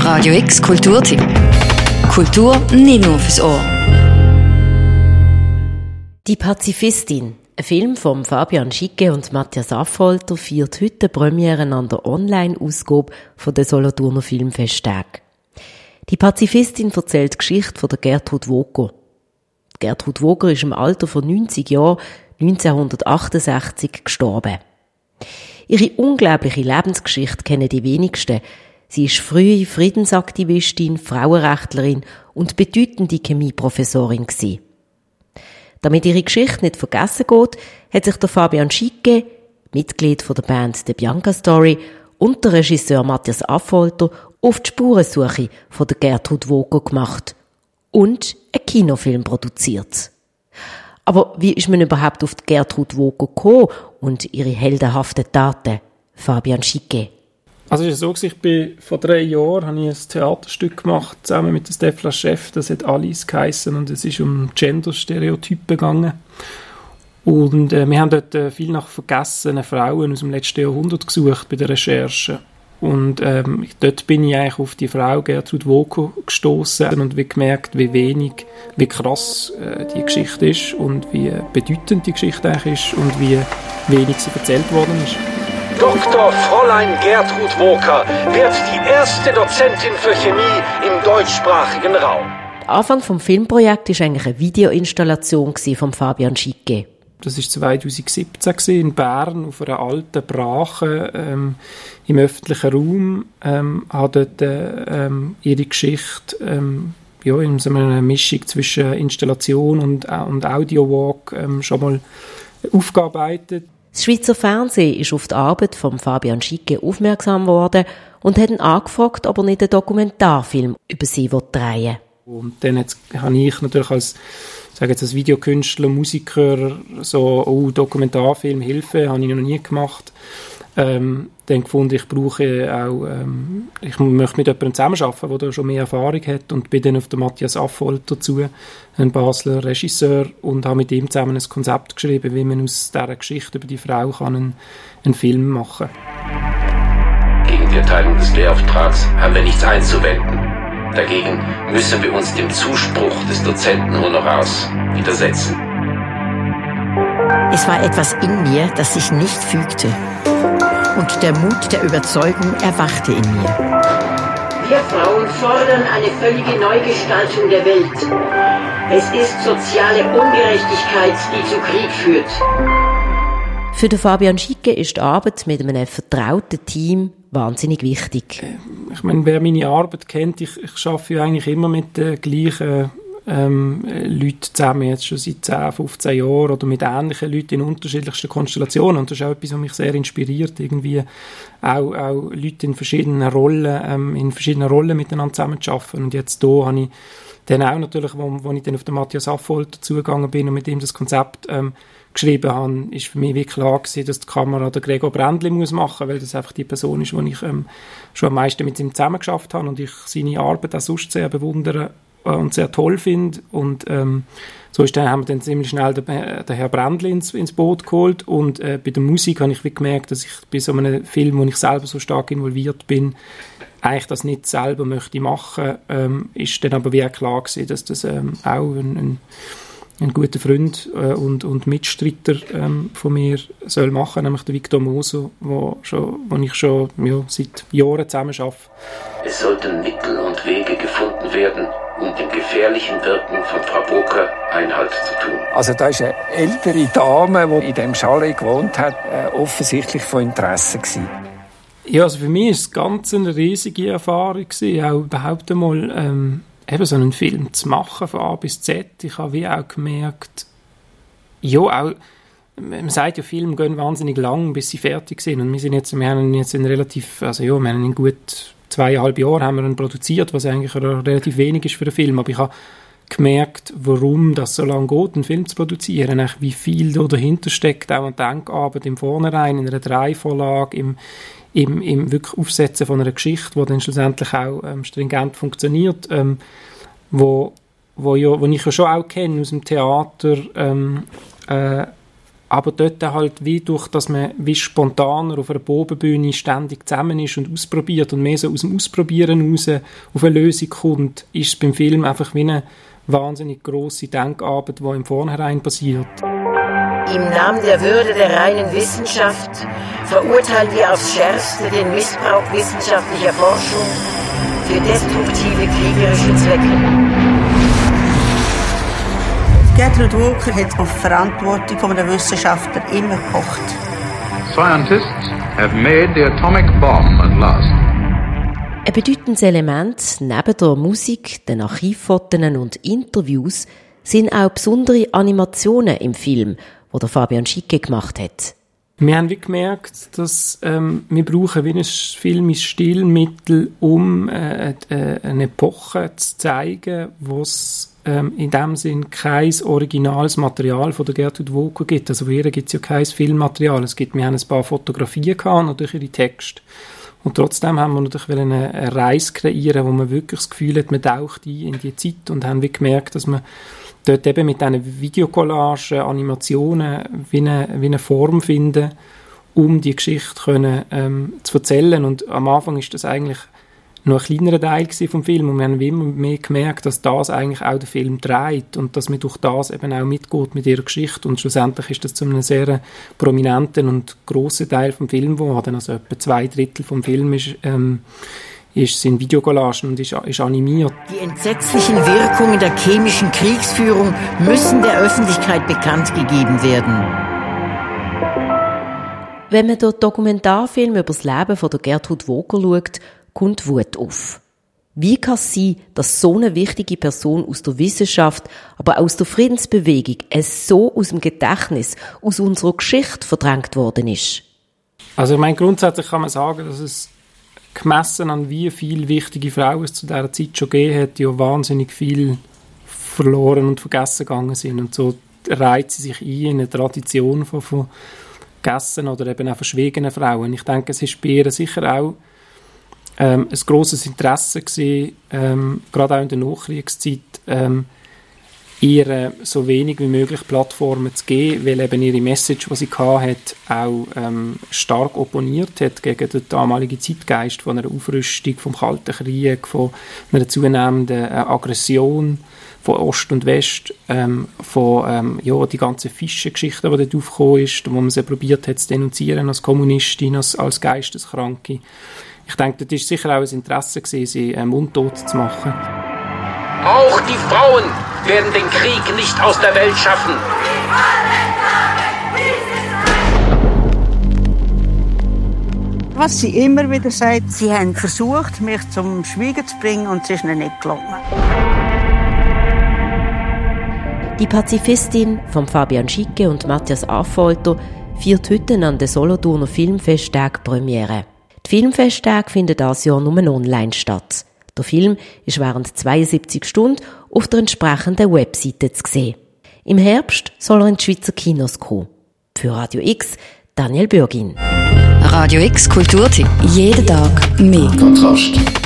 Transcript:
Radio X Kulturtipp. Kultur nicht nur fürs Ohr. Die Pazifistin, ein Film von Fabian Schicke und Matthias Affolter, feiert heute Premiere an der Online-Ausgabe der Solothurner Filmfesttage. Die Pazifistin erzählt die Geschichte von der Gertrud Woger. Gertrud Woger ist im Alter von 90 Jahren 1968 gestorben. Ihre unglaubliche Lebensgeschichte kennen die wenigsten. Sie ist frühe Friedensaktivistin, Frauenrechtlerin und bedeutende Chemieprofessorin gewesen. Damit ihre Geschichte nicht vergessen geht, hat sich der Fabian Schicke, Mitglied der Band The Bianca Story, und der Regisseur Matthias Affolter auf die Spurensuche von der Gertrud Woger gemacht und einen Kinofilm produziert. Aber wie ist man überhaupt auf die Gertrud Woger gekommen und ihre heldenhaften Taten? Fabian Schicke. Also es ist so, vor 3 Jahren habe ich ein Theaterstück gemacht, zusammen mit Stefla Chef, das hat Alice geheissen und es ist um Gender-Stereotypen gegangen. Und wir haben dort viel nach vergessenen Frauen aus dem letzten Jahrhundert gesucht bei der Recherche. Und dort bin ich eigentlich auf die Frau Gertrud Woger gestoßen und gemerkt, wie krass die Geschichte ist und wie bedeutend die Geschichte eigentlich ist und wie wenig sie erzählt worden ist. Dr. Fräulein Gertrud Woger wird die erste Dozentin für Chemie im deutschsprachigen Raum. Der Anfang vom Filmprojekt war eigentlich eine Videoinstallation von Fabian Schicke. Das war 2017 in Bern auf einer alten Brache im öffentlichen Raum. Hat dort ihre Geschichte in so einer Mischung zwischen Installation und Audio-Walk schon mal aufgearbeitet. Das Schweizer Fernsehen ist auf die Arbeit von Fabian Schicke aufmerksam geworden und hat ihn angefragt, ob er nicht einen Dokumentarfilm über sie drehen will. Und dann habe ich natürlich als Videokünstler, Musiker, Dokumentarfilm, Hilfe, habe ich noch nie gemacht. Dann gefunden, ich möchte mit jemandem zusammenarbeiten, der da schon mehr Erfahrung hat, und bin dann auf den Matthias Affolter dazu, ein Basler Regisseur, und habe mit ihm zusammen ein Konzept geschrieben, wie man aus dieser Geschichte über die Frau einen Film machen kann. Gegen die Erteilung des Lehrauftrags haben wir nichts einzuwenden. Dagegen müssen wir uns dem Zuspruch des Dozenten Honoraus widersetzen. Es war etwas in mir, das sich nicht fügte. Und der Mut der Überzeugung erwachte in mir. Wir Frauen fordern eine völlige Neugestaltung der Welt. Es ist soziale Ungerechtigkeit, die zu Krieg führt. Für den Fabian Schicke ist die Arbeit mit einem vertrauten Team wahnsinnig wichtig. Ich meine, wer meine Arbeit kennt, ich arbeite ja eigentlich immer mit den gleichen Leute zusammen, jetzt schon seit 10, 15 Jahren, oder mit ähnlichen Leuten in unterschiedlichsten Konstellationen. Und das ist auch etwas, was mich sehr inspiriert, irgendwie auch Leute in verschiedenen Rollen miteinander zusammenzuarbeiten. Und jetzt hier habe ich dann auch natürlich, wo ich dann auf den Matthias Affolter zugegangen bin und mit ihm das Konzept geschrieben habe, ist für mich wie klar gewesen, dass die Kamera der Gregor Brändli muss machen, weil das einfach die Person ist, wo ich schon am meisten mit ihm zusammengearbeitet habe und ich seine Arbeit auch sonst sehr bewundere und sehr toll finde. Und haben wir dann ziemlich schnell den Herr Brändli ins Boot geholt. Und bei der Musik habe ich wie gemerkt, dass ich bei so einem Film, wo ich selber so stark involviert bin, eigentlich das nicht selber möchte machen. Ist dann aber wie auch klar gewesen, dass das auch ein guter Freund und Mitstreiter von mir soll machen, nämlich der Victor Moser, wo ich schon seit Jahren zusammen arbeite. Es sollten Mittel und Wege gefunden werden, um dem gefährlichen Wirken von Frau Woger Einhalt zu tun. Also da ist eine ältere Dame, die in diesem Chalet gewohnt hat, offensichtlich von Interesse gewesen. Ja, also für mich war es ganz eine riesige Erfahrung gewesen, auch überhaupt einmal eben so einen Film zu machen, von A bis Z. Ich habe wie auch gemerkt, man sagt ja, Filme gehen wahnsinnig lang, bis sie fertig sind. Und wir haben jetzt in gut 2,5 Jahren haben wir ihn produziert, was eigentlich relativ wenig ist für einen Film. Aber ich habe gemerkt, warum das so lange geht, einen Film zu produzieren. Wie viel da dahinter steckt, auch an Denkarbeit im Vornherein, in einer Dreivorlage, im wirklich Aufsetzen von einer Geschichte, die dann schlussendlich auch stringent funktioniert, wo ich ja schon auch kenne aus dem Theater, aber dort halt wie durch, dass man wie spontaner auf einer Probenbühne ständig zusammen ist und ausprobiert und mehr so aus dem Ausprobieren raus auf eine Lösung kommt, ist es beim Film einfach wie eine wahnsinnig grosse Denkarbeit, die im Vornherein passiert. Im Namen der Würde der reinen Wissenschaft verurteilen wir aufs Schärfste den Missbrauch wissenschaftlicher Forschung für destruktive kriegerische Zwecke. Gertrud Walker hat auf die Verantwortung einer Wissenschaftler immer gepocht. Scientists have made the atomic bomb at last. Ein bedeutendes Element neben der Musik, den Archivfotos und Interviews sind auch besondere Animationen im Film, die der Fabian Schicke gemacht hat. Wir haben wie gemerkt, dass wir brauchen wie ein filmisches Stilmittel, um eine Epoche zu zeigen, wo es in dem Sinn kein originales Material von der Gertrud Walker gibt. Also bei ihr gibt es ja kein Filmmaterial. Wir haben ein paar Fotografien gehabt, natürlich ihre Texte. Und trotzdem haben wir natürlich eine Reise kreieren, wo man wirklich das Gefühl hat, man taucht ein in die Zeit und haben wie gemerkt, dass man dort eben mit diesen Videocollagen, Animationen wie eine Form finden, um die Geschichte zu erzählen. Und am Anfang ist das eigentlich noch ein kleinerer Teil vom Film und wir haben immer mehr gemerkt, dass das eigentlich auch den Film trägt und dass man durch das eben auch mitgeht mit ihrer Geschichte und schlussendlich ist das zu einem sehr prominenten und grossen Teil vom Film geworden. Also etwa 2/3 vom Film sind Videocollagen und ist animiert. Die entsetzlichen Wirkungen der chemischen Kriegsführung müssen der Öffentlichkeit bekannt gegeben werden. Wenn man den Dokumentarfilm über das Leben von der Gertrud Walker schaut, kommt Wut auf. Wie kann es sein, dass so eine wichtige Person aus der Wissenschaft, aber auch aus der Friedensbewegung so aus dem Gedächtnis, aus unserer Geschichte verdrängt worden ist? Also ich meine, grundsätzlich kann man sagen, dass es gemessen an wie viele wichtige Frauen es zu dieser Zeit schon gegeben hat, ja wahnsinnig viel verloren und vergessen gegangen sind. Und so reiht sie sich ein in eine Tradition von vergessen oder eben auch verschwiegenen Frauen. Ich denke, es ist bei ihr sicher auch ein grosses Interesse gewesen, gerade auch in der Nachkriegszeit, ihr so wenig wie möglich Plattformen zu geben, weil eben ihre Message, die sie hatte, auch stark opponiert hat gegen den damaligen Zeitgeist von einer Aufrüstung, vom Kalten Krieg, von einer zunehmenden Aggression von Ost und West, von die ganzen Fischengeschichten, die dort aufgekommen ist, wo man sie probiert hat zu denunzieren als Kommunistin, als Geisteskranke. Ich denke, das war sicher auch ein Interesse gewesen, sie mundtot zu machen. Auch die Frauen werden den Krieg nicht aus der Welt schaffen. Was sie immer wieder sagt, sie haben versucht, mich zum Schweigen zu bringen und es ist ihnen nicht gelungen. Die Pazifistin von Fabian Schicke und Matthias Affolter feiert heute an den Solothurner Filmfesttag Premiere. Die Filmfesttage finden dieses Jahr nur online statt. Der Film ist während 72 Stunden auf der entsprechenden Webseite zu sehen. Im Herbst soll er in die Schweizer Kinos kommen. Für Radio X, Daniel Bürgin. Radio X Kulturtipp. Jeden Tag mehr. Kontrast.